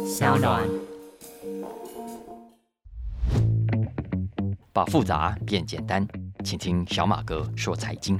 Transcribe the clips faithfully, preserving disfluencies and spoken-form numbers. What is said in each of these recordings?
小暖， 把复杂变简单，请听小马哥说财经。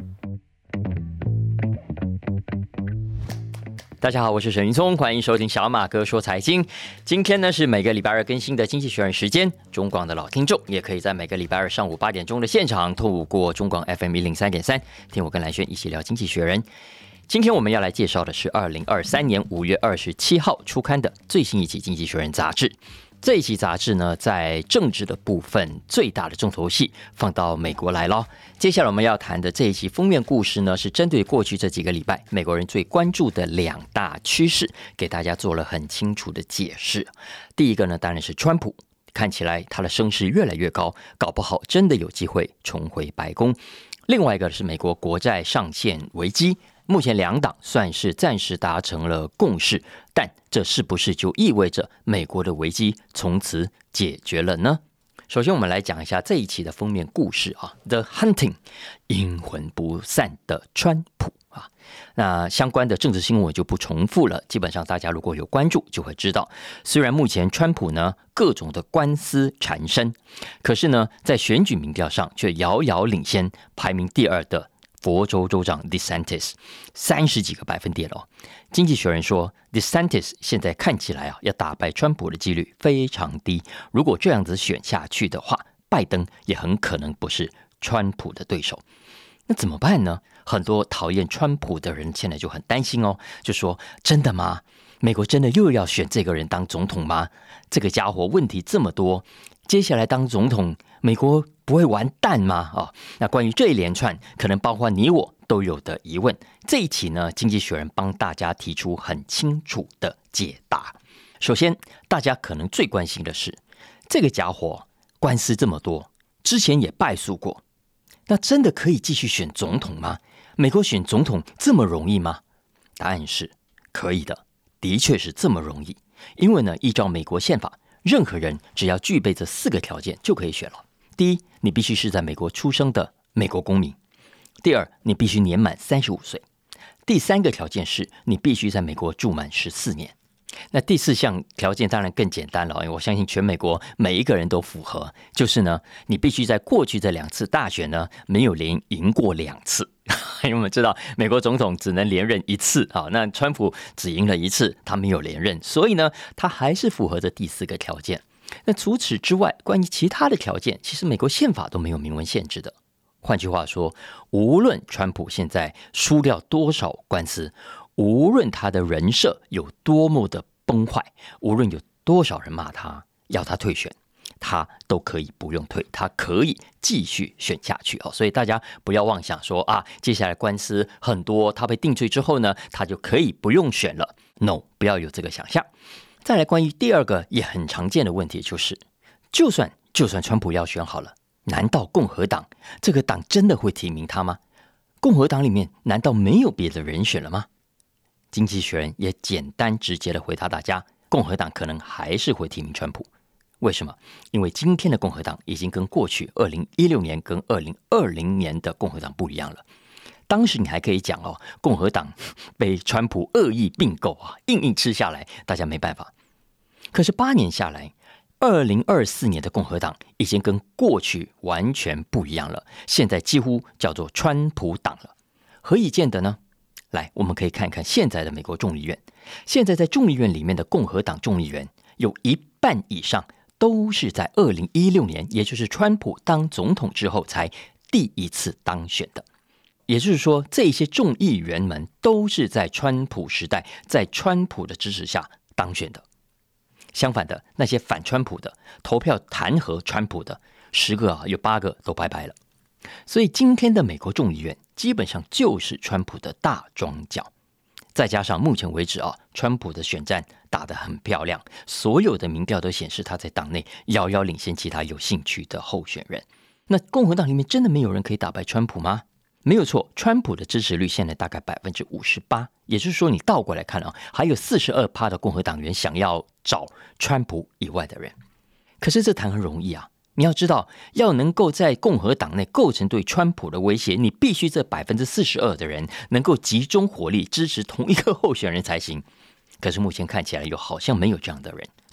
大家好，我是沈云聪，欢迎收听小马哥说财经。今天呢是每个礼拜二更新的经济学人时间，中广的老听众也可以在每个礼拜二上午八点钟的现场透过中广 F M 一零三点三听我跟蓝轩一起聊经济学人。今天我们要来介绍的是二零二三年五月二十七号出刊的最新一期经济学人杂志。这一期杂志呢，在政治的部分最大的重头戏放到美国来了。接下来我们要谈的这一期封面故事呢，是针对过去这几个礼拜美国人最关注的两大趋势，给大家做了很清楚的解释。第一个呢，当然是川普，看起来他的声势越来越高，搞不好真的有机会重回白宫。另外一个是美国国债上限危机。目前两党算是暂时达成了共识，但这是不是就意味着美国的危机从此解决了呢？首先我们来讲一下这一期的封面故事啊 The Hunting 阴魂不散的川普啊。那相关的政治新闻我就不重复了，基本上大家如果有关注就会知道，虽然目前川普呢各种的官司缠身，可是呢在选举民调上却遥遥领先排名第二的佛州州长 DeSantis 三十几个百分点了。经济学人说 DeSantis 现在看起来啊，要打败川普的几率非常低。如果这样子选下去的话，拜登也很可能不是川普的对手。那怎么办呢？很多讨厌川普的人现在就很担心哦，就说真的吗？美国真的又要选这个人当总统吗？这个家伙问题这么多，接下来当总统，美国不会完蛋吗？哦，那关于这一连串可能包括你我都有的疑问，这一期呢，经济学人帮大家提出很清楚的解答。首先，大家可能最关心的是，这个家伙官司这么多，之前也败诉过，那真的可以继续选总统吗？美国选总统这么容易吗？答案是可以的，的确是这么容易。因为呢，依照美国宪法，任何人只要具备这四个条件就可以选了。第一，你必须是在美国出生的美国公民；第二，你必须年满三十五岁；第三个条件是你必须在美国住满十四年。那第四项条件当然更简单了，因为我相信全美国每一个人都符合，就是呢，你必须在过去这两次大选呢没有连赢过两次。因为我们知道美国总统只能连任一次啊，那川普只赢了一次，他没有连任，所以呢，他还是符合这第四个条件。那除此之外，关于其他的条件，其实美国宪法都没有明文限制的。换句话说，无论川普现在输掉多少官司，无论他的人设有多么的崩坏，无论有多少人骂他要他退选，他都可以不用退，他可以继续选下去。所以大家不要妄想说啊，接下来官司很多，他被定罪之后呢，他就可以不用选了。No， 不要有这个想象。再来，关于第二个也很常见的问题就是，就算就算川普要选好了，难道共和党这个党真的会提名他吗？共和党里面难道没有别的人选了吗？经济学人也简单直接的回答大家，共和党可能还是会提名川普。为什么？因为今天的共和党已经跟过去二零一六年跟二零二零年的共和党不一样了。当时你还可以讲哦，共和党被川普恶意并购啊，硬硬吃下来，大家没办法。可是八年下来，二零二四年的共和党已经跟过去完全不一样了，现在几乎叫做川普党了。何以见得呢？来，我们可以看一看现在的美国众议院，现在在众议院里面的共和党众议员有一半以上都是在二零一六年，也就是川普当总统之后才第一次当选的。也就是说，这些众议员们都是在川普时代，在川普的支持下当选的。相反的，那些反川普的、投票弹劾川普的，十个啊，有八个都拜拜了。所以今天的美国众议院基本上就是川普的大庄脚。再加上目前为止啊，川普的选战打得很漂亮，所有的民调都显示他在党内遥遥领先其他有兴趣的候选人。那共和党里面真的没有人可以打败川普吗？没有错，川普的支持率现在大概 百分之五十八， 也就是说你倒过来看啊，还有 百分之四十二 的共和党员想要找川普以外的人。可是这谈何容易啊，你要知道，要能够在共和党内构成对川普的威胁，你必须这 百分之四十二 的人能够集中火力支持同一个候选人才行。可是目前看起来又好像没有这样的人，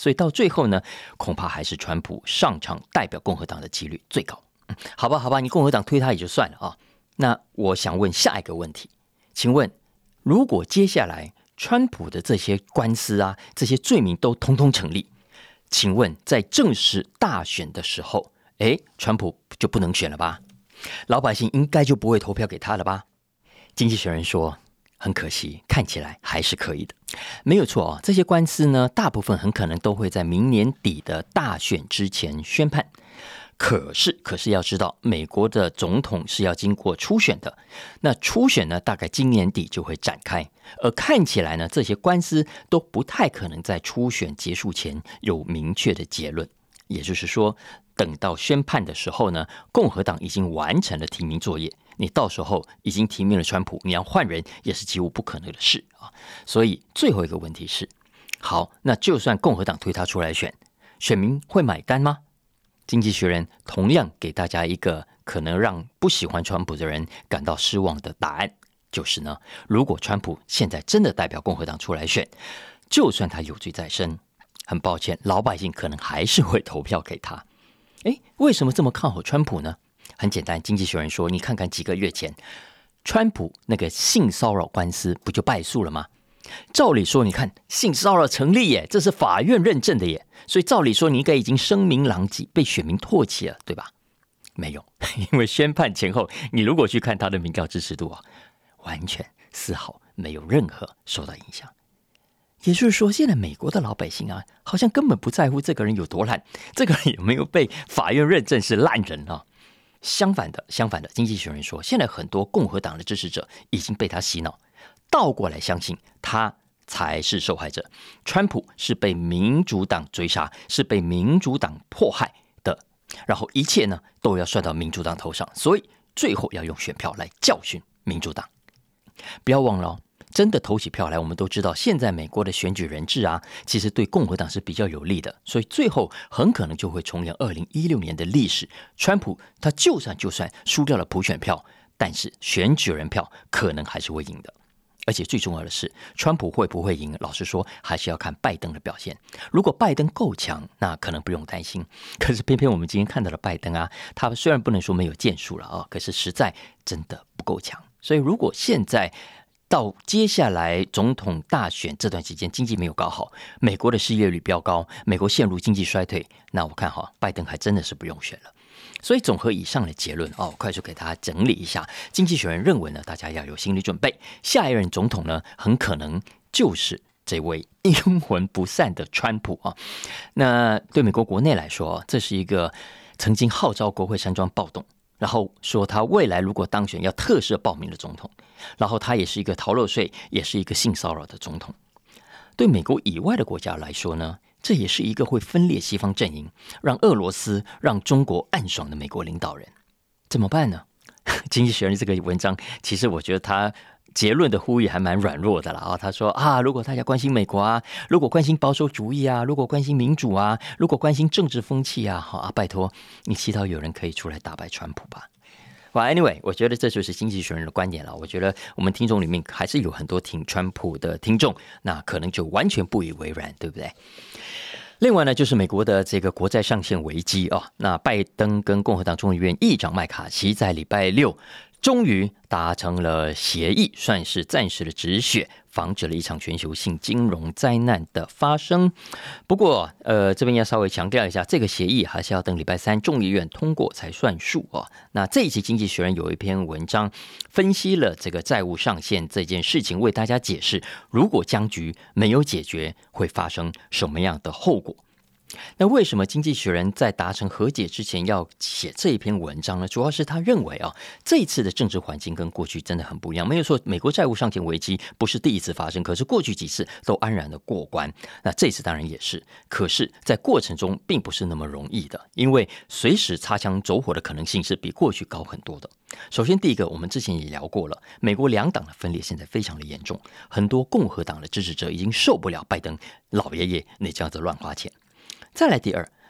所以到最后呢，恐怕还是川普上场代表共和党的几率最高。嗯、好吧，好吧，你共和党推他也就算了啊。那我想问下一个问题，请问，如果接下来川普的这些官司啊，这些罪名都通通成立，请问在正式大选的时候，哎，川普就不能选了吧？老百姓应该就不会投票给他了吧？经济学人说，很可惜，看起来还是可以的。没有错啊，这些官司呢，大部分很可能都会在明年底的大选之前宣判。可是，可是要知道，美国的总统是要经过初选的。那初选呢，大概今年底就会展开。而看起来呢，这些官司都不太可能在初选结束前有明确的结论。也就是说，等到宣判的时候呢，共和党已经完成了提名作业。你到时候已经提名了川普，你要换人也是几乎不可能的事啊。所以最后一个问题是，好，那就算共和党推他出来选，选民会买单吗？经济学人同样给大家一个可能让不喜欢川普的人感到失望的答案，就是呢，如果川普现在真的代表共和党出来选，就算他有罪在身，很抱歉，老百姓可能还是会投票给他。诶，为什么这么看好川普呢？很简单，经济学人说，你看看几个月前，川普那个性骚扰官司不就败诉了吗？照理说，你看性骚扰成立耶，这是法院认证的耶，所以照理说你应该已经声名狼藉，被选民唾弃了，对吧？没有，因为宣判前后，你如果去看他的民调支持度啊，完全丝毫没有任何受到影响。也就是说，现在美国的老百姓啊，好像根本不在乎这个人有多烂，这个人有没有被法院认证是烂人啊。相反的，相反的，经济学人说，现在很多共和党的支持者已经被他洗脑，倒过来相信他才是受害者，川普是被民主党追杀，是被民主党迫害的，然后一切呢都要算到民主党头上，所以最后要用选票来教训民主党。不要忘了哦，真的投起票来，我们都知道现在美国的选举人制啊，其实对共和党是比较有利的，所以最后很可能就会重演二零一六年的历史。川普他就算就算输掉了普选票，但是选举人票可能还是会赢的。而且最重要的是，川普会不会赢，老实说还是要看拜登的表现。如果拜登够强，那可能不用担心。可是偏偏我们今天看到的拜登啊，他虽然不能说没有建树了啊，可是实在真的不够强。所以如果现在到接下来总统大选这段期间，经济没有搞好，美国的失业率飙高，美国陷入经济衰退，那我看哈，拜登还真的是不用选了。所以总和以上的结论哦，快速给大家整理一下。经济学人认为呢，大家要有心理准备，下一任总统呢，很可能就是这位阴魂不散的川普啊。那对美国国内来说，这是一个曾经号召国会山庄暴动，然后说他未来如果当选要特赦暴民的总统，然后他也是一个逃漏税，也是一个性骚扰的总统。对美国以外的国家来说呢，这也是一个会分裂西方阵营，让俄罗斯、让中国暗爽的美国领导人，怎么办呢？经济学人这个文章，其实我觉得他结论的呼吁还蛮软弱的啦啊。他说啊，如果大家关心美国啊，如果关心保守主义啊，如果关心民主啊，如果关心政治风气啊，好啊，拜托你祈祷有人可以出来打败川普吧。Well, anyway， 我觉得这就是经济学人的观点了。我觉得我们听众里面还是有很多挺川普的听众，那可能就完全不以为然，对不对？另外呢，就是美国的这个国债上限危机啊、哦。那拜登跟共和党众议院议长麦卡锡在礼拜六终于达成了协议，算是暂时的止血，防止了一场全球性金融灾难的发生。不过，呃，这边要稍微强调一下，这个协议还是要等礼拜三众议院通过才算数啊。那这一期《经济学人》有一篇文章分析了这个债务上限这件事情，为大家解释，如果僵局没有解决，会发生什么样的后果。那为什么经济学人在达成和解之前要写这一篇文章呢？主要是他认为啊，这一次的政治环境跟过去真的很不一样。没有错，美国债务上限危机不是第一次发生，可是过去几次都安然的过关。那这次当然也是，可是在过程中并不是那么容易的，因为随时擦枪走火的可能性是比过去高很多的。首先第一个，我们之前也聊过了，美国两党的分裂现在非常的严重，很多共和党的支持者已经受不了拜登老爷爷那这样子乱花钱。再来第二，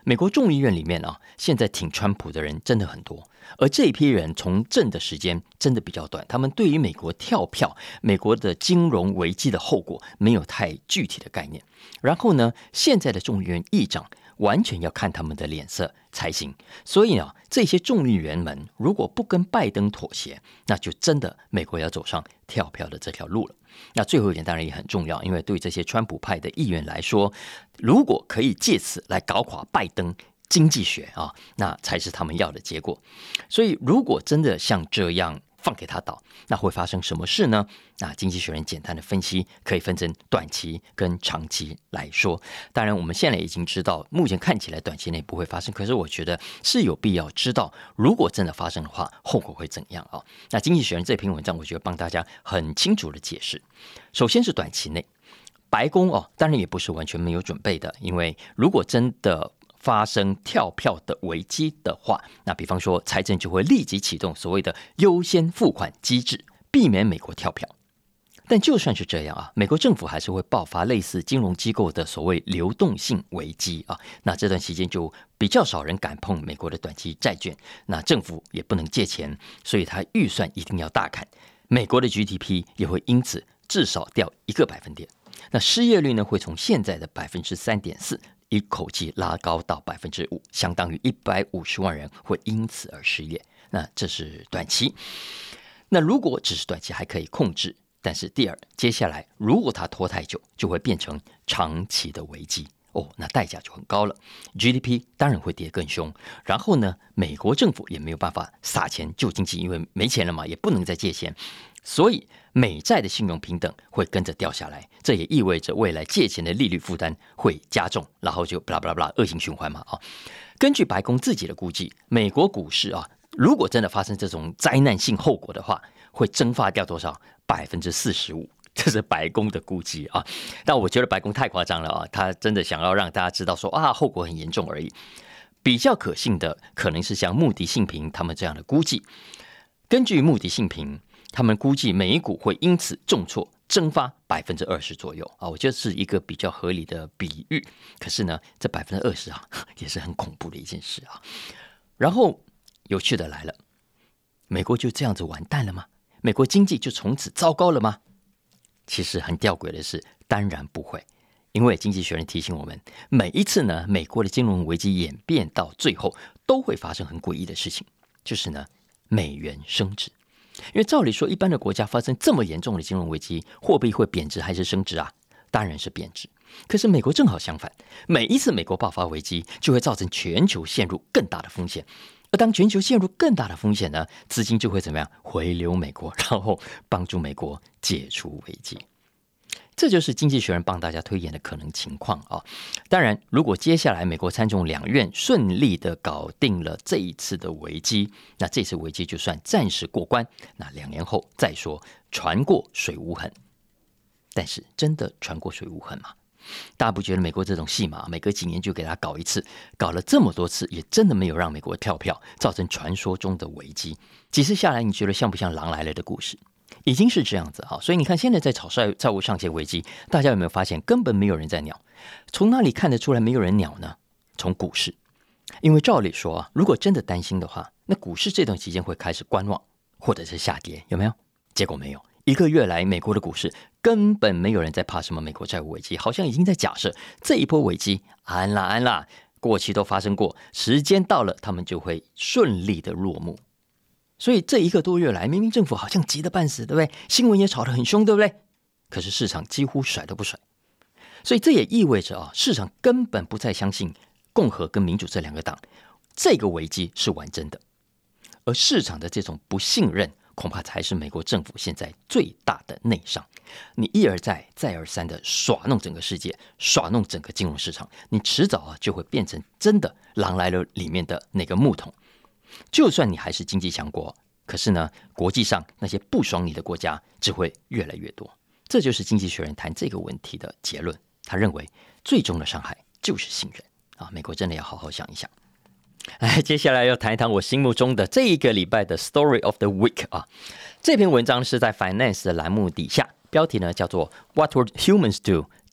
美国众议院里面啊，现在挺川普的人真的很多，而这一批人从政的时间真的比较短，他们对于美国跳票、美国的金融危机的后果没有太具体的概念。然后呢，现在的众议院议长完全要看他们的脸色才行。所以啊，这些众议员们如果不跟拜登妥协，那就真的美国要走上跳票的这条路了。那最后一点当然也很重要，因为对这些川普派的议员来说，如果可以借此来搞垮拜登经济学啊，那才是他们要的结果。所以如果真的像这样放给他倒，那会发生什么事呢？那经济学人简单的分析可以分成短期跟长期来说。当然我们现在已经知道，目前看起来短期内不会发生，可是我觉得是有必要知道，如果真的发生的话，后果会怎样啊？那经济学人这篇文章我觉得帮大家很清楚的解释。首先是短期内，白宫哦，当然也不是完全没有准备的，因为如果真的发生跳票的危机的话，那比方说财政就会立即启动所谓的优先付款机制，避免美国跳票。但就算是这样啊，美国政府还是会爆发类似金融机构的所谓流动性危机啊。那这段期间就比较少人敢碰美国的短期债券，那政府也不能借钱，所以他预算一定要大砍。美国的 G D P 也会因此至少掉一个百分点。那失业率呢，会从现在的百分之三点四。一口气拉高到百分之五，相当于一百五十万人会因此而失业。那这是短期。那如果只是短期还可以控制，但是第二，接下来如果它拖太久，就会变成长期的危机哦，那代价就很高了。G D P 当然会跌更凶，然后呢，美国政府也没有办法撒钱救经济，因为没钱了嘛，也不能再借钱，所以美债的信用平等会跟着掉下来，这也意味着未来借钱的利率负担会加重，然后就blah blah blah恶性循环嘛啊。根据白宫自己的估计，美国股市啊，如果真的发生这种灾难性后果的话，会蒸发掉多少？百分之四十五。这是白宫的估计啊，但我觉得白宫太夸张了啊，他真的想要让大家知道说啊，后果很严重而已。比较可信的可能是像穆迪信评他们这样的估计，根据穆迪信评，他们估计美股会因此重挫蒸发百分之二十左右啊，我觉得是一个比较合理的比喻。可是呢，这百分之二十啊，也是很恐怖的一件事啊。然后有趣的来了，美国就这样子完蛋了吗？美国经济就从此糟糕了吗？其实很吊诡的是，当然不会，因为经济学人提醒我们，每一次呢，美国的金融危机演变到最后，都会发生很诡异的事情，就是呢，美元升值。因为照理说，一般的国家发生这么严重的金融危机，货币会贬值还是升值啊？当然是贬值。可是美国正好相反，每一次美国爆发危机，就会造成全球陷入更大的风险。而当全球陷入更大的风险呢，资金就会怎么样回流美国，然后帮助美国解除危机。这就是经济学人帮大家推演的可能情况啊。当然，如果接下来美国参众两院顺利的搞定了这一次的危机，那这次危机就算暂时过关，那两年后再说船过水无痕。但是真的船过水无痕吗？大家不觉得美国这种戏码每隔几年就给他搞一次，搞了这么多次，也真的没有让美国跳票，造成传说中的危机。几次下来，你觉得像不像狼来了的故事？已经是这样子。所以你看现在在炒债务上限危机，大家有没有发现根本没有人在鸟？从哪里看得出来没有人鸟呢？从股市。因为照理说啊，如果真的担心的话，那股市这段期间会开始观望或者是下跌，有没有？结果没有。一个月来，美国的股市根本没有人在怕什么美国债务危机，好像已经在假设这一波危机安啦安啦，过去都发生过，时间到了，他们就会顺利的落幕。所以这一个多月来，明明政府好像急得半死，对不对？新闻也吵得很凶，对不对？可是市场几乎甩都不甩。所以这也意味着啊，市场根本不再相信共和跟民主这两个党，这个危机是完真的。而市场的这种不信任，恐怕才是美国政府现在最大的内伤。你一而再再而三的耍弄整个世界，耍弄整个金融市场，你迟早啊就会变成真的狼来了里面的那个木桶。就算你还是经济强国，可是呢，国际上那些不爽你的国家只会越来越多。这就是经济学人谈这个问题的结论。他认为最终的伤害就是信任啊，美国真的要好好想一想。来，接下来要谈一谈我心目中的这一个礼拜的 Story of the Week 啊。这篇文章是在 Finance 的栏目底下，标题呢叫做 What would humans do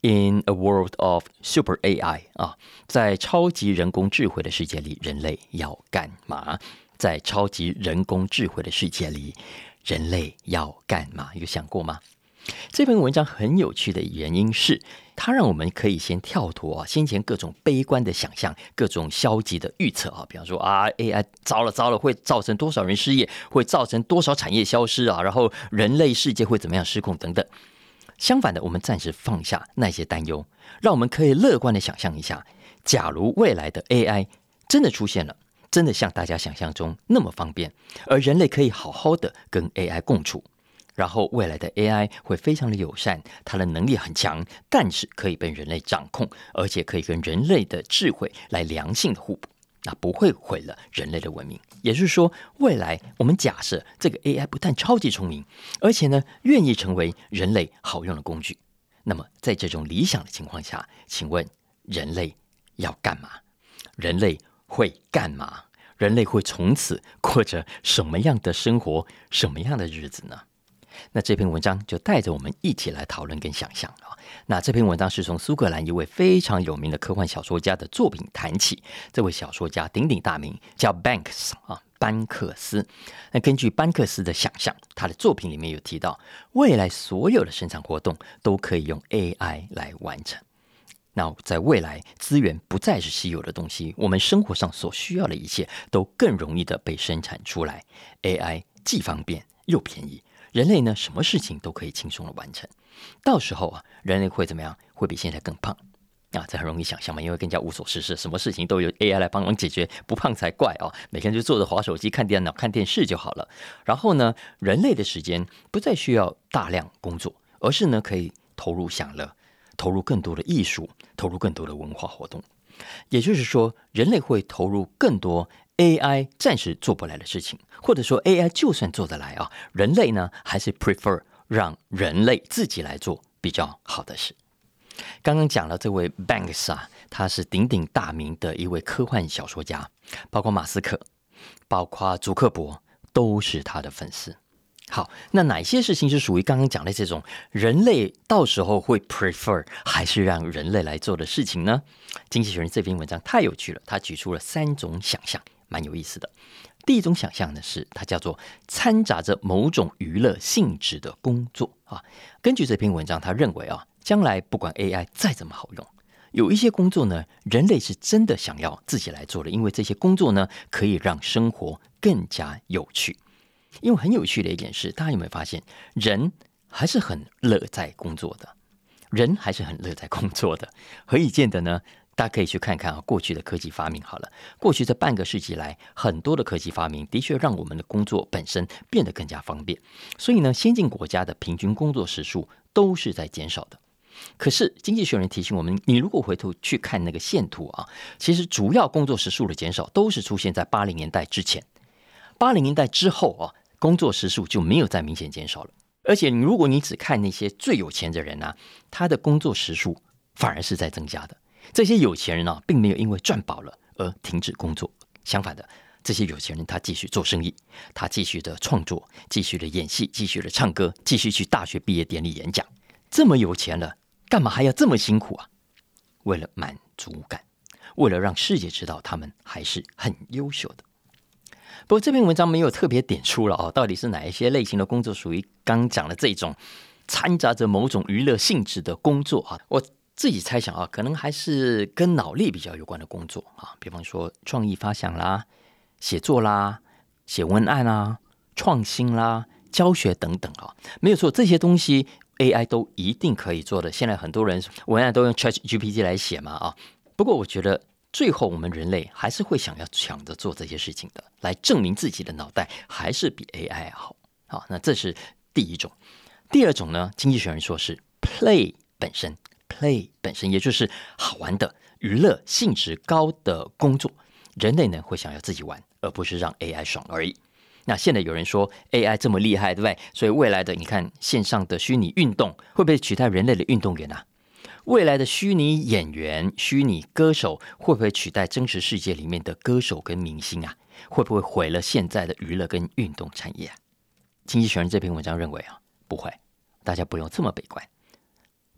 In a world of super A I 啊，在超级人工智慧的世界里，人类要干嘛？在超级人工智慧的世界里，人类要干嘛？有想过吗？这篇文章很有趣的原因是，它让我们可以先跳脱啊先前各种悲观的想象、各种消极的预测啊，比方说啊 A I 糟了糟了，会造成多少人失业，会造成多少产业消失啊，然后人类世界会怎么样失控等等。相反的，我们暂时放下那些担忧，让我们可以乐观的想象一下，假如未来的 A I 真的出现了，真的像大家想象中那么方便，而人类可以好好的跟 A I 共处，然后未来的 A I 会非常的友善，它的能力很强，但是可以被人类掌控，而且可以跟人类的智慧来良性的互补，那不会毁了人类的文明。也就是说，未来我们假设这个 A I 不但超级聪明，而且呢愿意成为人类好用的工具。那么在这种理想的情况下，请问人类要干嘛？人类会干嘛？人类会从此过着什么样的生活，什么样的日子呢？那这篇文章就带着我们一起来讨论跟想象啊。那这篇文章是从苏格兰一位非常有名的科幻小说家的作品谈起。这位小说家鼎鼎大名，叫 Banks 啊，班克斯。那根据班克斯的想象，他的作品里面有提到，未来所有的生产活动都可以用 A I 来完成。那在未来，资源不再是稀有的东西，我们生活上所需要的一切都更容易的被生产出来。A I 既方便又便宜。人类呢，什么事情都可以轻松的完成。到时候啊，人类会怎么样？会比现在更胖啊！这很容易想象嘛，因为更加无所事事，什么事情都由 A I 来帮忙解决，不胖才怪啊！每天就坐着滑手机、看电脑、看电视就好了。然后呢，人类的时间不再需要大量工作，而是呢可以投入享乐，投入更多的艺术，投入更多的文化活动。也就是说，人类会投入更多A I 暂时做不来的事情，或者说 A I 就算做得来啊，人类呢还是 prefer 让人类自己来做比较好的事。刚刚讲了这位 Banks 啊，他是鼎鼎大名的一位科幻小说家，包括马斯克，包括祖克伯都是他的粉丝。好，那哪些事情是属于刚刚讲的这种人类到时候会 prefer 还是让人类来做的事情呢？经济学人这篇文章太有趣了，他举出了三种想象，蛮有意思的。第一种想象呢，是它叫做掺杂着某种娱乐性质的工作啊。根据这篇文章，他认为啊，将来不管 A I 再怎么好用，有一些工作呢，人类是真的想要自己来做的，因为这些工作呢，可以让生活更加有趣。因为很有趣的一点是，大家有没有发现，人还是很乐在工作的，人还是很乐在工作的。何以见得呢？大家可以去看看啊，过去的科技发明好了，过去这半个世纪来，很多的科技发明的确让我们的工作本身变得更加方便。所以呢，先进国家的平均工作时数都是在减少的。可是经济学人提醒我们，你如果回头去看那个线图啊，其实主要工作时数的减少都是出现在八零年代之前，八零年代之后啊，工作时数就没有再明显减少了。而且如果你只看那些最有钱的人啊，他的工作时数反而是在增加的。这些有钱人啊，并没有因为赚饱了而停止工作，相反的，这些有钱人他继续做生意，他继续的创作，继续的演戏，继续的唱歌，继续去大学毕业典礼演讲。这么有钱了，干嘛还要这么辛苦啊？为了满足感，为了让世界知道他们还是很优秀的。不过这篇文章没有特别点出了哦，到底是哪一些类型的工作属于刚讲的这种掺杂着某种娱乐性质的工作啊？我自己猜想啊，可能还是跟脑力比较有关的工作啊，比方说创意发想啦、写作啦、写文案啦、创新啦、教学等等啊，没有错，这些东西 A I 都一定可以做的。现在很多人文案都用 ChatGPT 来写嘛啊，不过我觉得最后我们人类还是会想要抢着做这些事情的，来证明自己的脑袋还是比 A I 好。好，那这是第一种。第二种呢，经济学人说是 play 本身。play 本身也就是好玩的娱乐性质高的工作，人类呢会想要自己玩，而不是让 A I 爽而已。那现在有人说 A I 这么厉害，对不对？所以未来的你看线上的虚拟运动会不会取代人类的运动员啊？未来的虚拟演员、虚拟歌手会不会取代真实世界里面的歌手跟明星啊？会不会毁了现在的娱乐跟运动产业啊？经济学人这篇文章认为啊，不会，大家不用这么悲观。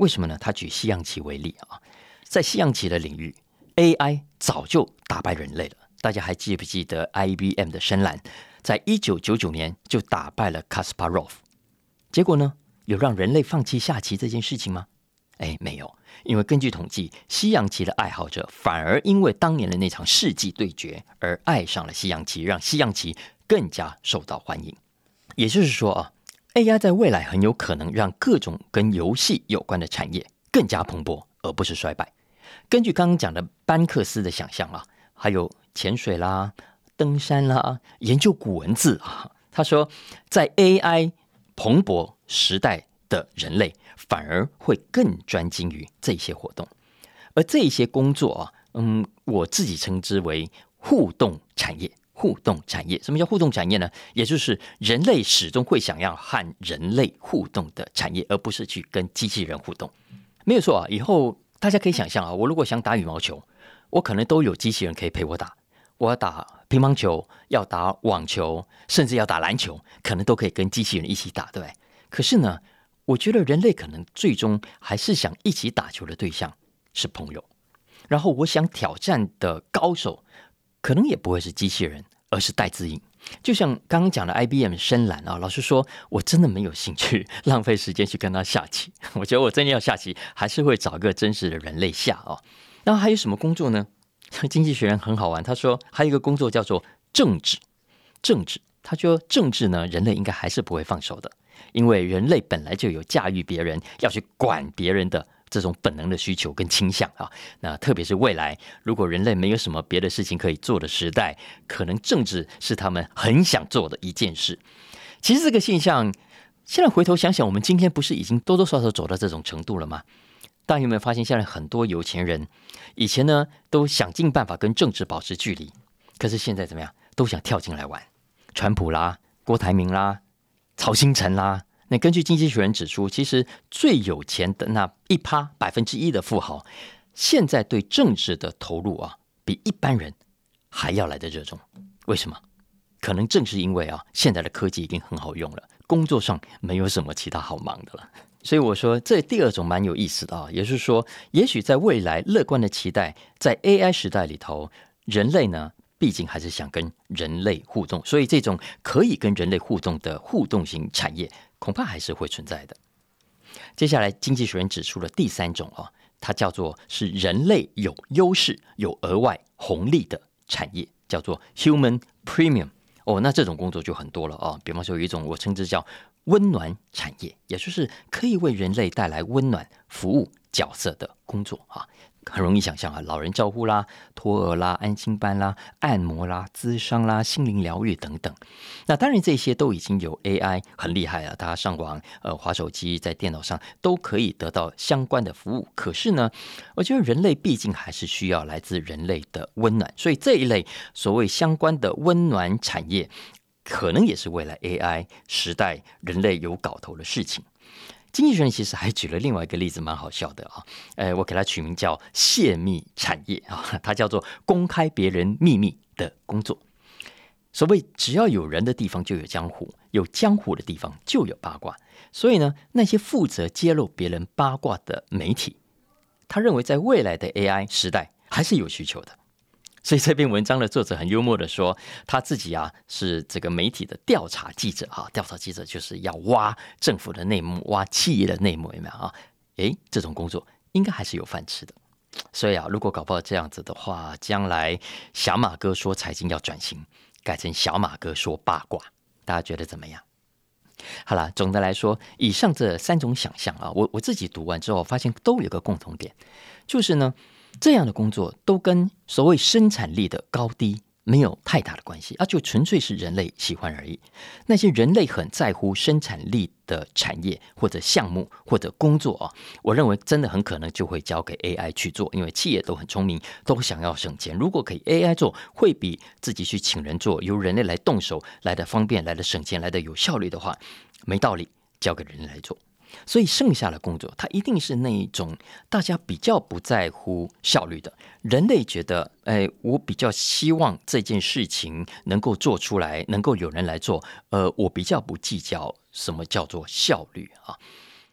为什么呢？他举西洋棋为例啊，在西洋棋的领域 ，A I 早就打败人类了。大家还记不记得 I B M 的深蓝，在一九九九年就打败了 Kasparov？ 结果呢，有让人类放弃下棋这件事情吗？哎，没有，因为根据统计，西洋棋的爱好者反而因为当年的那场世纪对决而爱上了西洋棋，让西洋棋更加受到欢迎。也就是说啊 ，A I 在未来很有可能让各种跟游戏有关的产业更加蓬勃，而不是衰败。根据刚刚讲的班克斯的想象啊，还有潜水啦、登山啦、研究古文字啊，他说，在 A I 蓬勃时代的人类反而会更专精于这些活动，而这些工作啊，嗯，我自己称之为互动产业。互动产业，什么叫互动产业呢？也就是人类始终会想要和人类互动的产业，而不是去跟机器人互动。没有错啊，以后大家可以想象啊，我如果想打羽毛球，我可能都有机器人可以陪我打。我要打乒乓球，要打网球，甚至要打篮球，可能都可以跟机器人一起打，对不对？可是呢，我觉得人类可能最终还是想一起打球的对象是朋友，然后我想挑战的高手可能也不会是机器人，而是戴资颖。就像刚刚讲的 I B M 深蓝啊，老实说，我真的没有兴趣浪费时间去跟他下棋。我觉得我真的要下棋，还是会找个真实的人类下啊。然后还有什么工作呢？经济学人很好玩，他说还有一个工作叫做政治。政治，他说政治呢，人类应该还是不会放手的，因为人类本来就有驾驭别人、要去管别人的这种本能的需求跟倾向啊。那特别是未来，如果人类没有什么别的事情可以做的时代，可能政治是他们很想做的一件事。其实这个现象，现在回头想想，我们今天不是已经多多少少走到这种程度了吗？大家有没有发现，现在很多有钱人以前呢都想尽办法跟政治保持距离，可是现在怎么样，都想跳进来玩。川普啦、郭台铭啦、曹兴诚啦，那根据经济学人指出，其实最有钱的那一趴百分之一的富豪，现在对政治的投入啊，比一般人还要来得热衷。为什么？可能正是因为啊，现在的科技已经很好用了，工作上没有什么其他好忙的了。所以我说，这第二种蛮有意思的啊，也就是说，也许在未来乐观的期待，在 A I 时代里头，人类呢，毕竟还是想跟人类互动，所以这种可以跟人类互动的互动型产业，恐怕还是会存在的。接下来，经济学人指出了第三种啊，它叫做是人类有优势、有额外红利的产业，叫做 human premium。哦，那这种工作就很多了啊，比方说有一种我称之叫温暖产业，也就是可以为人类带来温暖服务角色的工作啊。很容易想象啊，老人照护啦、托儿啦、安心班啦、按摩啦、咨商啦、心灵疗愈等等。那当然这些都已经有 A I 很厉害了，大家上网、呃滑手机，在电脑上都可以得到相关的服务。可是呢，我觉得人类毕竟还是需要来自人类的温暖，所以这一类所谓相关的温暖产业，可能也是未来 A I 时代人类有搞头的事情。经济学人其实还举了另外一个例子，蛮好笑的啊。呃，我给它取名叫泄密产业啊，它叫做公开别人秘密的工作。所谓只要有人的地方就有江湖，有江湖的地方就有八卦。所以呢，那些负责揭露别人八卦的媒体，他认为在未来的 A I 时代还是有需求的。所以这篇文章的作者很幽默的说，他自己啊是这个媒体的调查记者啊，调查记者就是要挖政府的内幕，挖企业的内幕，有没有啊？诶，这种工作应该还是有饭吃的。所以啊，如果搞不好这样子的话，将来小马哥说财经要转型，改成小马哥说八卦，大家觉得怎么样？好啦，总的来说，以上这三种想象啊，我我自己读完之后发现都有个共同点，就是呢，这样的工作都跟所谓生产力的高低没有太大的关系啊，就纯粹是人类喜欢而已。那些人类很在乎生产力的产业或者项目或者工作啊，我认为真的很可能就会交给 A I 去做，因为企业都很聪明，都想要省钱。如果可以 A I 做，会比自己去请人做，由人类来动手来的方便，来的省钱，来的有效率的话，没道理交给人类来做。所以剩下的工作，它一定是那一种大家比较不在乎效率的。人类觉得，哎，我比较希望这件事情能够做出来，能够有人来做。呃，我比较不计较什么叫做效率啊。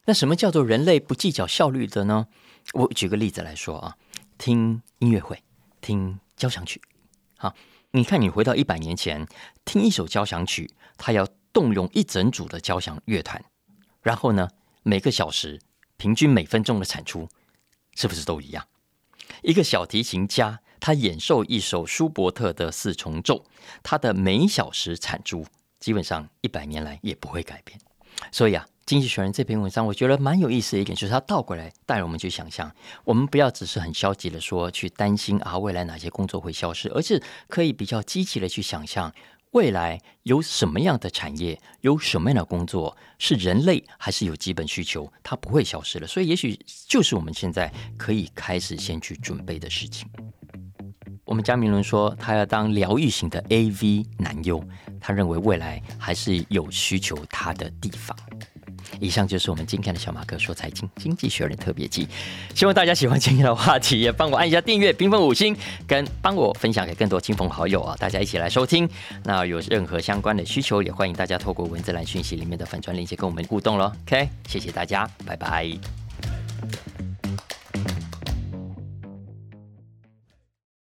那什么叫做人类不计较效率的呢？我举个例子来说啊，听音乐会，听交响曲。好，你看，你回到一百年前，听一首交响曲，它要动用一整组的交响乐团，然后呢，每个小时平均每分钟的产出，是不是都一样？一个小提琴家，他演奏一首舒伯特的四重奏，他的每小时产出基本上一百年来也不会改变。所以啊，经济学人这篇文章我觉得蛮有意思的一点，就是他倒过来带我们去想象，我们不要只是很消极的说去担心啊未来哪些工作会消失，而是可以比较积极的去想象未来有什么样的产业，有什么样的工作是人类还是有基本需求，它不会消失了。所以也许就是我们现在可以开始先去准备的事情。我们江明伦说他要当疗愈型的 A V 男优，他认为未来还是有需求他的地方。以上就是我们今天的小马哥说财经经济学人特别季，希望大家喜欢今天的话题，也帮我按一下订阅、评分五星，跟帮我分享给更多亲朋好友啊！大家一起来收听。那有任何相关的需求，也欢迎大家透过文字栏讯息里面的粉专链接跟我们互动咯。OK， 谢谢大家，拜拜。